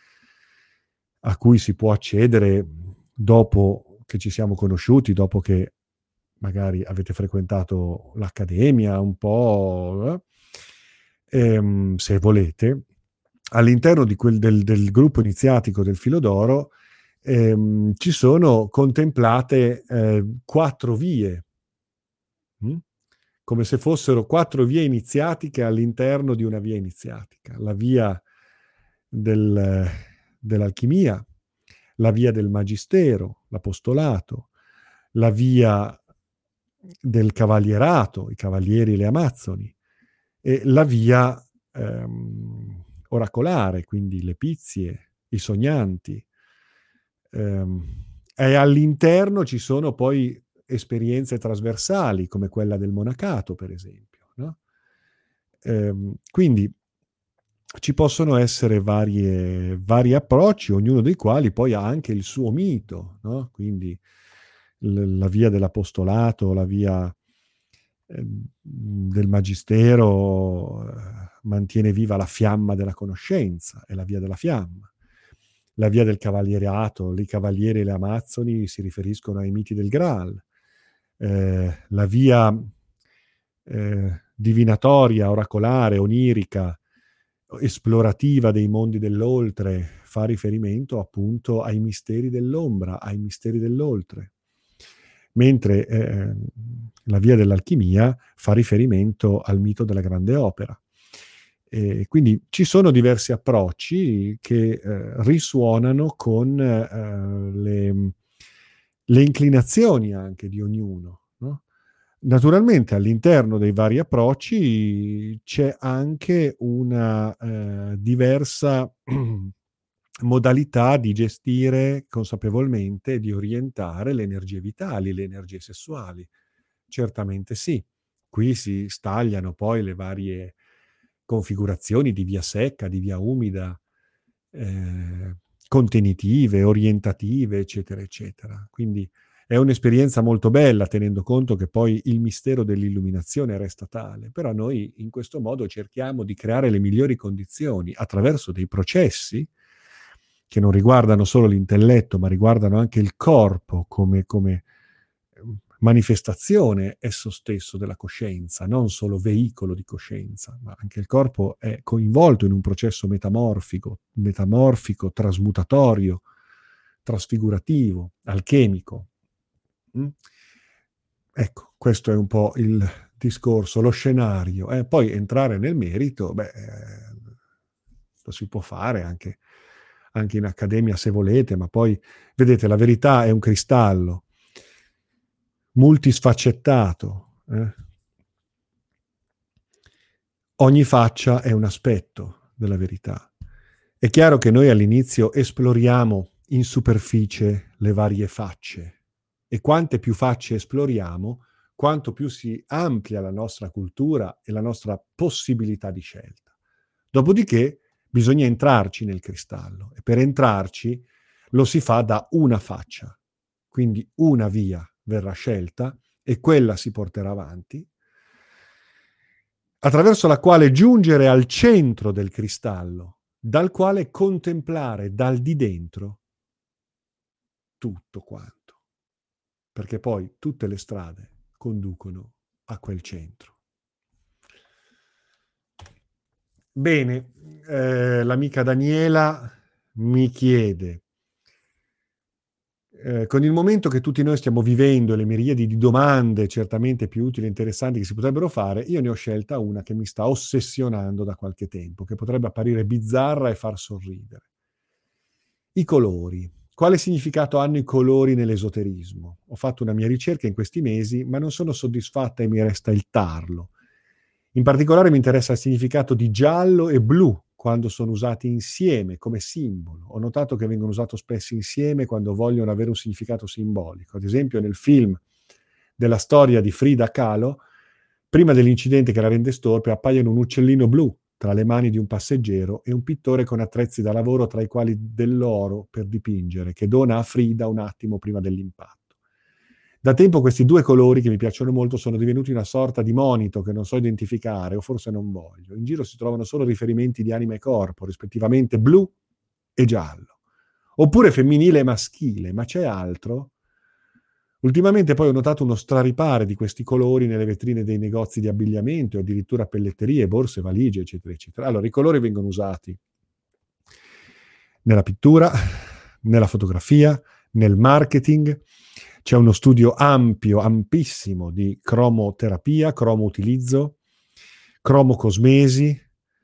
a cui si può accedere dopo che ci siamo conosciuti, dopo che magari avete frequentato l'accademia un po', eh, ehm, se volete. All'interno di quel, del, del gruppo iniziatico del Filo d'Oro ehm, ci sono contemplate eh, quattro vie, hm? Come se fossero quattro vie iniziatiche all'interno di una via iniziatica. La via del, dell'alchimia, la via del magistero, l'apostolato, la via del cavalierato, i cavalieri e le amazzoni, e la via ehm, oracolare, quindi le pizie, i sognanti. Ehm, e all'interno ci sono poi esperienze trasversali, come quella del monacato, per esempio. No? Ehm, quindi ci possono essere varie, vari approcci, ognuno dei quali poi ha anche il suo mito, no? Quindi l- la via dell'apostolato, la via eh, del magistero eh, mantiene viva la fiamma della conoscenza, è la via della fiamma. La via del cavalierato, i cavalieri e le amazzoni si riferiscono ai miti del Graal. Eh, la via eh, divinatoria, oracolare, onirica, esplorativa dei mondi dell'oltre fa riferimento appunto ai misteri dell'ombra, ai misteri dell'oltre, mentre eh, la via dell'alchimia fa riferimento al mito della grande opera. E quindi ci sono diversi approcci che eh, risuonano con eh, le, le inclinazioni anche di ognuno, no? Naturalmente all'interno dei vari approcci c'è anche una eh, diversa modalità di gestire consapevolmente e di orientare le energie vitali, le energie sessuali. Certamente sì. Qui si stagliano poi le varie configurazioni di via secca, di via umida, eh, contenitive, orientative, eccetera, eccetera. Quindi è un'esperienza molto bella, tenendo conto che poi il mistero dell'illuminazione resta tale, però noi in questo modo cerchiamo di creare le migliori condizioni attraverso dei processi che non riguardano solo l'intelletto, ma riguardano anche il corpo come, come manifestazione esso stesso della coscienza, non solo veicolo di coscienza, ma anche il corpo è coinvolto in un processo metamorfico, metamorfico, trasmutatorio, trasfigurativo, alchemico. Mm? Ecco, questo è un po' il discorso, lo scenario. Eh, poi entrare nel merito, beh, eh, lo si può fare anche, anche in accademia se volete, ma poi, vedete, la verità è un cristallo multisfaccettato. Eh? Ogni faccia è un aspetto della verità. È chiaro che noi all'inizio esploriamo in superficie le varie facce, e quante più facce esploriamo, quanto più si amplia la nostra cultura e la nostra possibilità di scelta. Dopodiché bisogna entrarci nel cristallo e per entrarci lo si fa da una faccia, quindi una via verrà scelta e quella si porterà avanti, attraverso la quale giungere al centro del cristallo, dal quale contemplare dal di dentro tutto quanto, perché poi tutte le strade conducono a quel centro. Bene, eh, l'amica Daniela mi chiede, eh, con il momento che tutti noi stiamo vivendo, le miriadi di domande certamente più utili e interessanti che si potrebbero fare, io ne ho scelta una che mi sta ossessionando da qualche tempo, che potrebbe apparire bizzarra e far sorridere. I colori. Quale significato hanno i colori nell'esoterismo? Ho fatto una mia ricerca in questi mesi, ma non sono soddisfatta e mi resta il tarlo. In particolare mi interessa il significato di giallo e blu quando sono usati insieme come simbolo. Ho notato che vengono usati spesso insieme quando vogliono avere un significato simbolico. Ad esempio nel film della storia di Frida Kahlo, prima dell'incidente che la rende storpia, appaiono un uccellino blu tra le mani di un passeggero e un pittore con attrezzi da lavoro tra i quali dell'oro per dipingere, che dona a Frida un attimo prima dell'impatto. Da tempo questi due colori, che mi piacciono molto, sono divenuti una sorta di monito che non so identificare, o forse non voglio. In giro si trovano solo riferimenti di anima e corpo, rispettivamente blu e giallo. Oppure femminile e maschile, ma c'è altro? Ultimamente poi ho notato uno straripare di questi colori nelle vetrine dei negozi di abbigliamento, addirittura pelletterie, borse, valigie, eccetera, eccetera. Allora, i colori vengono usati nella pittura, nella fotografia, nel marketing. C'è uno studio ampio, ampissimo di cromoterapia, cromoutilizzo, cromocosmesi,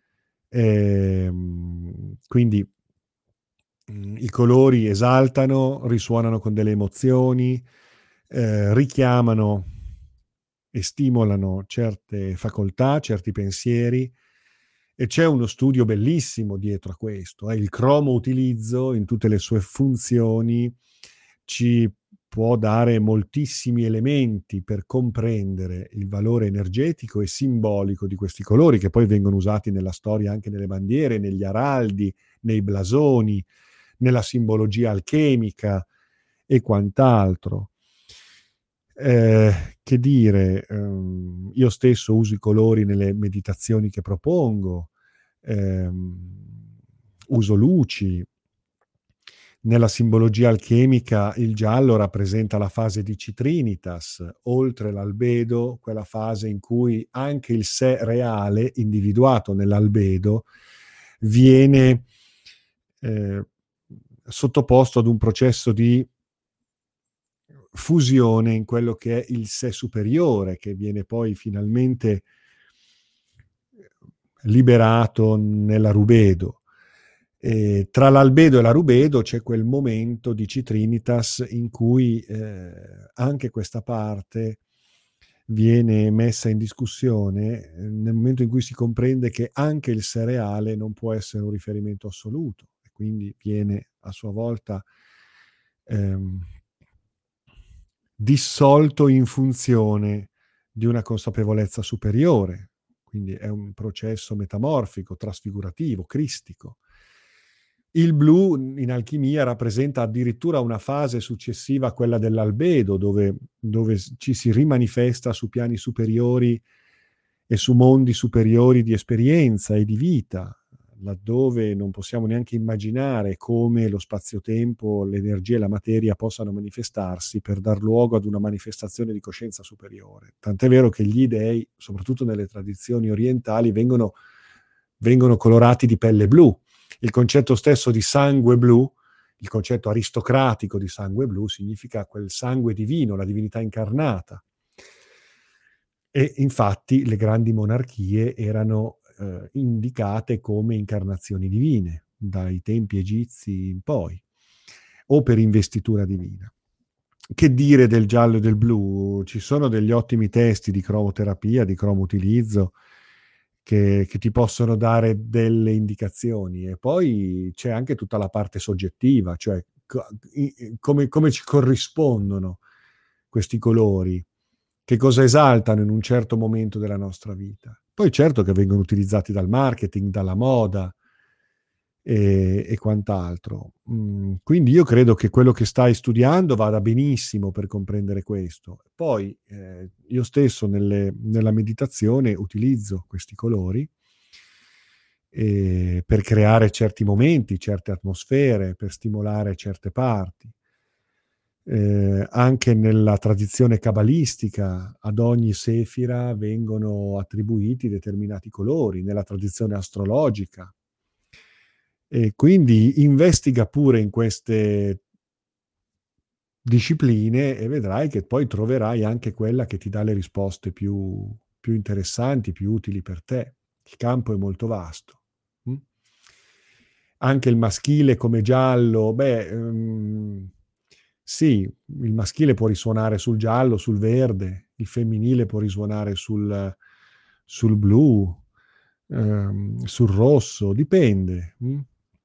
ehm, quindi mh, i colori esaltano, risuonano con delle emozioni, eh, richiamano e stimolano certe facoltà, certi pensieri, e c'è uno studio bellissimo dietro a questo. Eh. Il cromoutilizzo in tutte le sue funzioni ci può dare moltissimi elementi per comprendere il valore energetico e simbolico di questi colori, che poi vengono usati nella storia anche nelle bandiere, negli araldi, nei blasoni, nella simbologia alchemica e quant'altro. Eh, che dire, ehm, io stesso uso i colori nelle meditazioni che propongo, ehm, uso luci. Nella simbologia alchemica il giallo rappresenta la fase di Citrinitas, oltre l'albedo, quella fase in cui anche il sé reale, individuato nell'albedo, viene eh, sottoposto ad un processo di fusione in quello che è il sé superiore, che viene poi finalmente liberato nella rubedo. E tra l'albedo e la rubedo c'è quel momento di Citrinitas in cui eh, anche questa parte viene messa in discussione nel momento in cui si comprende che anche il sé reale non può essere un riferimento assoluto e quindi viene a sua volta ehm, dissolto in funzione di una consapevolezza superiore. Quindi è un processo metamorfico, trasfigurativo, cristico. Il blu in alchimia rappresenta addirittura una fase successiva a quella dell'albedo, dove, dove ci si rimanifesta su piani superiori e su mondi superiori di esperienza e di vita, laddove non possiamo neanche immaginare come lo spazio-tempo, l'energia e la materia possano manifestarsi per dar luogo ad una manifestazione di coscienza superiore. Tant'è vero che gli dei, soprattutto nelle tradizioni orientali, vengono, vengono colorati di pelle blu. Il concetto stesso di sangue blu, il concetto aristocratico di sangue blu, significa quel sangue divino, la divinità incarnata. E infatti le grandi monarchie erano eh, indicate come incarnazioni divine, dai tempi egizi in poi, o per investitura divina. Che dire del giallo e del blu? Ci sono degli ottimi testi di cromoterapia, di cromoutilizzo, che, che ti possono dare delle indicazioni, e poi c'è anche tutta la parte soggettiva, cioè co- come, come ci corrispondono questi colori. che cosa esaltano in un certo momento della nostra vita. Poi certo che vengono utilizzati dal marketing, dalla moda e, e quant'altro. Mm, quindi io credo che quello che stai studiando vada benissimo per comprendere questo. Poi eh, io stesso nelle, nella meditazione utilizzo questi colori eh, per creare certi momenti, certe atmosfere, per stimolare certe parti. Eh, anche nella tradizione cabalistica ad ogni sefira vengono attribuiti determinati colori, nella tradizione astrologica. E quindi investiga pure in queste discipline e vedrai che poi troverai anche quella che ti dà le risposte più, più interessanti, più utili per te. Il campo è molto vasto. Mm? Anche il maschile come giallo, beh, um, sì, il maschile può risuonare sul giallo, sul verde, il femminile può risuonare sul, sul blu, um, sul rosso, dipende. Mm?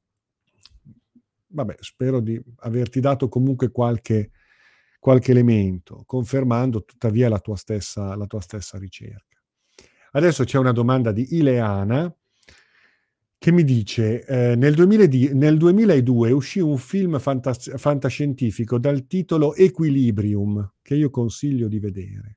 Vabbè, spero di averti dato comunque qualche, qualche elemento, confermando tuttavia la tua stessa, la tua stessa ricerca. Adesso c'è una domanda di Ileana che mi dice, eh, nel, duemila, nel duemiladue uscì un film fantas- fantascientifico dal titolo Equilibrium, che io consiglio di vedere.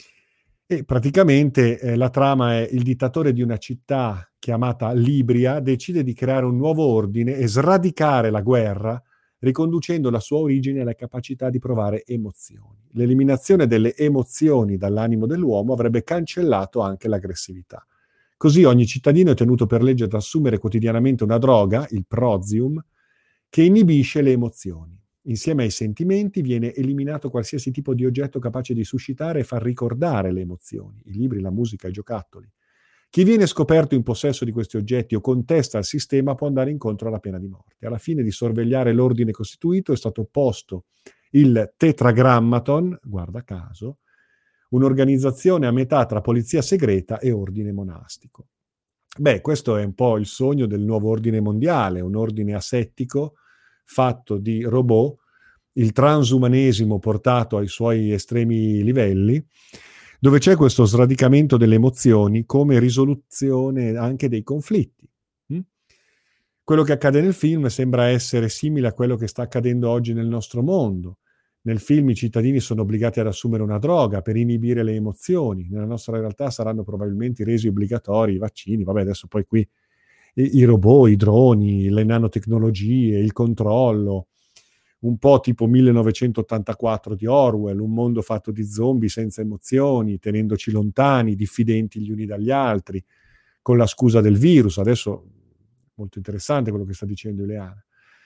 E praticamente eh, la trama è il dittatore di una città chiamata Libria decide di creare un nuovo ordine e sradicare la guerra, riconducendo la sua origine alla capacità di provare emozioni. L'eliminazione delle emozioni dall'animo dell'uomo avrebbe cancellato anche l'aggressività. Così ogni cittadino è tenuto per legge ad assumere quotidianamente una droga, il Prozium, che inibisce le emozioni. Insieme ai sentimenti viene eliminato qualsiasi tipo di oggetto capace di suscitare e far ricordare le emozioni, i libri, la musica, i giocattoli. Chi viene scoperto in possesso di questi oggetti o contesta il sistema può andare incontro alla pena di morte. Alla fine di sorvegliare l'ordine costituito è stato posto il Tetragrammaton, guarda caso, un'organizzazione a metà tra polizia segreta e ordine monastico. Beh, questo è un po' il sogno del nuovo ordine mondiale, un ordine asettico fatto di robot, il transumanesimo portato ai suoi estremi livelli, dove c'è questo sradicamento delle emozioni come risoluzione anche dei conflitti. Mm? Quello che accade nel film sembra essere simile a quello che sta accadendo oggi nel nostro mondo. Nel film i cittadini sono obbligati ad assumere una droga per inibire le emozioni. Nella nostra realtà saranno probabilmente resi obbligatori i vaccini. Vabbè, adesso poi qui i, i robot, i droni, le nanotecnologie, il controllo, un po' tipo millenovecentottantaquattro di Orwell, un mondo fatto di zombie senza emozioni, tenendoci lontani, diffidenti gli uni dagli altri, con la scusa del virus. Adesso, molto interessante quello che sta dicendo Ileana.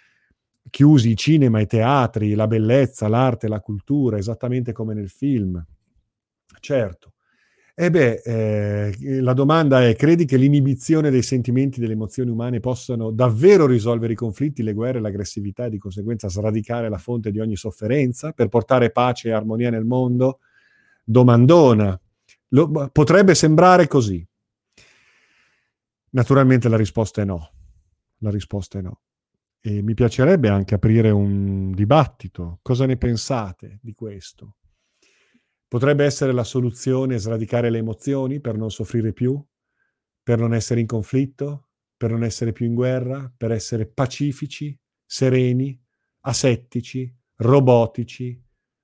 Chiusi i cinema, i teatri, la bellezza, l'arte, la cultura, esattamente come nel film. Certo. E beh, eh, la domanda è, credi che l'inibizione dei sentimenti e delle emozioni umane possano davvero risolvere i conflitti, le guerre, l'aggressività e di conseguenza sradicare la fonte di ogni sofferenza per portare pace e armonia nel mondo? Domandona. Lo, potrebbe sembrare così. Naturalmente la risposta è no. La risposta è no. E mi piacerebbe anche aprire un dibattito. Cosa ne pensate di questo? Potrebbe essere la soluzione sradicare le emozioni per non soffrire più, per non essere in conflitto, per non essere più in guerra, per essere pacifici, sereni, asettici, robotici,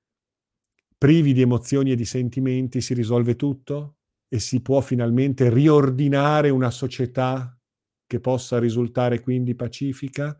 privi di emozioni e di sentimenti, si risolve tutto e si può finalmente riordinare una società che possa risultare quindi pacifica,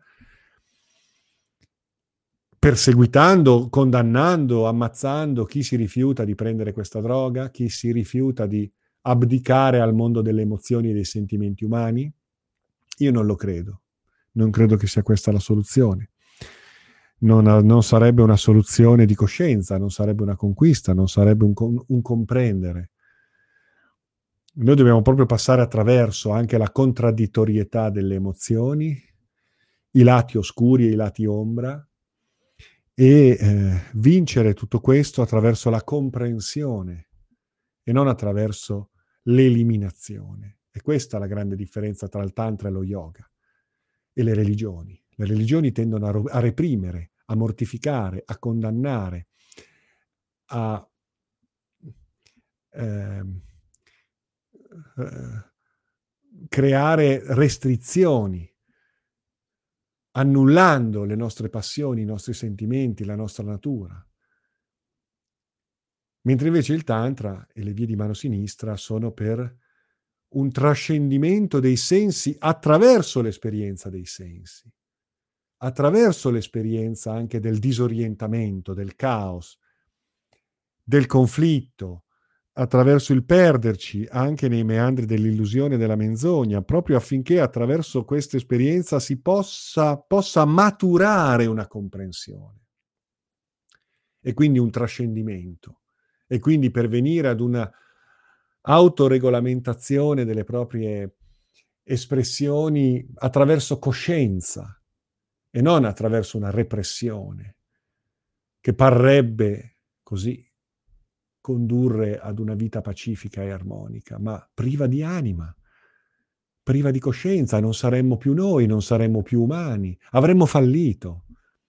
perseguitando, condannando, ammazzando chi si rifiuta di prendere questa droga, chi si rifiuta di abdicare al mondo delle emozioni e dei sentimenti umani? Io non lo credo. Non credo che sia questa la soluzione. Non, non sarebbe una soluzione di coscienza, non sarebbe una conquista, non sarebbe un, un comprendere. Noi dobbiamo proprio passare attraverso anche la contraddittorietà delle emozioni, i lati oscuri e i lati ombra, e eh, vincere tutto questo attraverso la comprensione e non attraverso l'eliminazione. E questa è la grande differenza tra il tantra e lo yoga e le religioni. Le religioni tendono a, ro- a reprimere, a mortificare, a condannare, a ehm, eh, creare restrizioni, annullando le nostre passioni, i nostri sentimenti, la nostra natura. Mentre invece il Tantra e le vie di mano sinistra sono per un trascendimento dei sensi attraverso l'esperienza dei sensi, attraverso l'esperienza anche del disorientamento, del caos, del conflitto, attraverso il perderci anche nei meandri dell'illusione e della menzogna, proprio affinché attraverso questa esperienza si possa, possa maturare una comprensione e quindi un trascendimento, e quindi pervenire ad una autoregolamentazione delle proprie espressioni attraverso coscienza e non attraverso una repressione che parrebbe così condurre ad una vita pacifica e armonica, ma priva di anima, priva di coscienza. Non saremmo più noi, non saremmo più umani, avremmo fallito.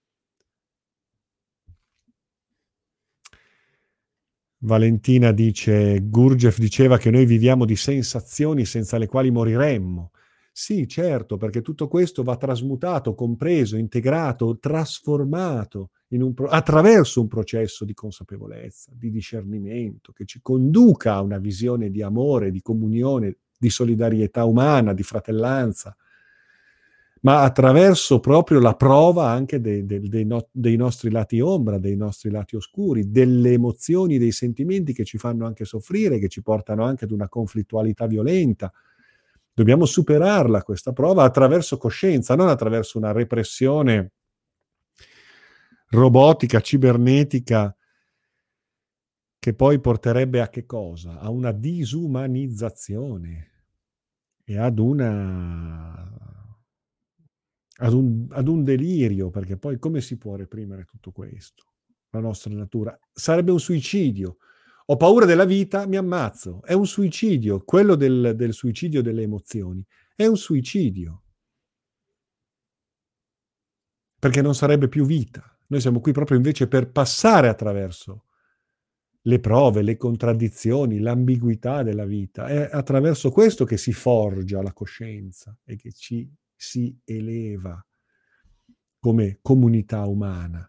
Valentina dice, Gurdjieff diceva che noi viviamo di sensazioni senza le quali moriremmo. Sì, certo, perché tutto questo va trasmutato, compreso, integrato, trasformato in un pro- attraverso un processo di consapevolezza, di discernimento, che ci conduca a una visione di amore, di comunione, di solidarietà umana, di fratellanza, ma attraverso proprio la prova anche dei, dei, dei, no, dei nostri lati ombra, dei nostri lati oscuri, delle emozioni, dei sentimenti che ci fanno anche soffrire, che ci portano anche ad una conflittualità violenta. Dobbiamo superarla questa prova attraverso coscienza, non attraverso una repressione robotica, cibernetica, che poi porterebbe a che cosa? A una disumanizzazione e ad una Ad un, ad un delirio, perché poi come si può reprimere tutto questo? La nostra natura. Sarebbe un suicidio. Ho paura della vita, mi ammazzo. È un suicidio. Quello del, del suicidio delle emozioni è un suicidio. Perché non sarebbe più vita. Noi siamo qui proprio invece per passare attraverso le prove, le contraddizioni, l'ambiguità della vita. È attraverso questo che si forgia la coscienza e che ci si eleva come comunità umana.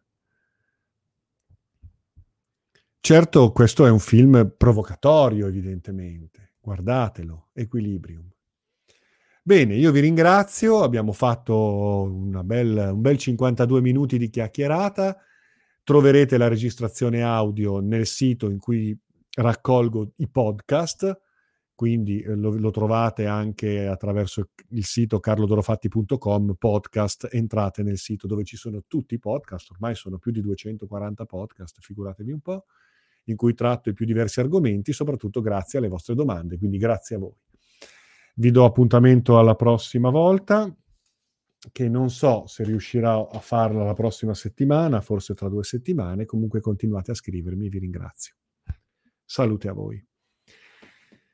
Certo, questo è un film provocatorio, evidentemente. Guardatelo, Equilibrium. Bene, io vi ringrazio, abbiamo fatto una bel, un bel cinquantadue minuti di chiacchierata. Troverete la registrazione audio nel sito in cui raccolgo i podcast, quindi eh, lo, lo trovate anche attraverso il sito carlodorofatti punto com, podcast, entrate nel sito dove ci sono tutti i podcast, ormai sono più di duecentoquaranta podcast, figuratevi un po', in cui tratto i più diversi argomenti, soprattutto grazie alle vostre domande, quindi grazie a voi. Vi do appuntamento alla prossima volta, che non so se riuscirò a farla la prossima settimana, forse tra due settimane, comunque continuate a scrivermi, vi ringrazio. Salute a voi.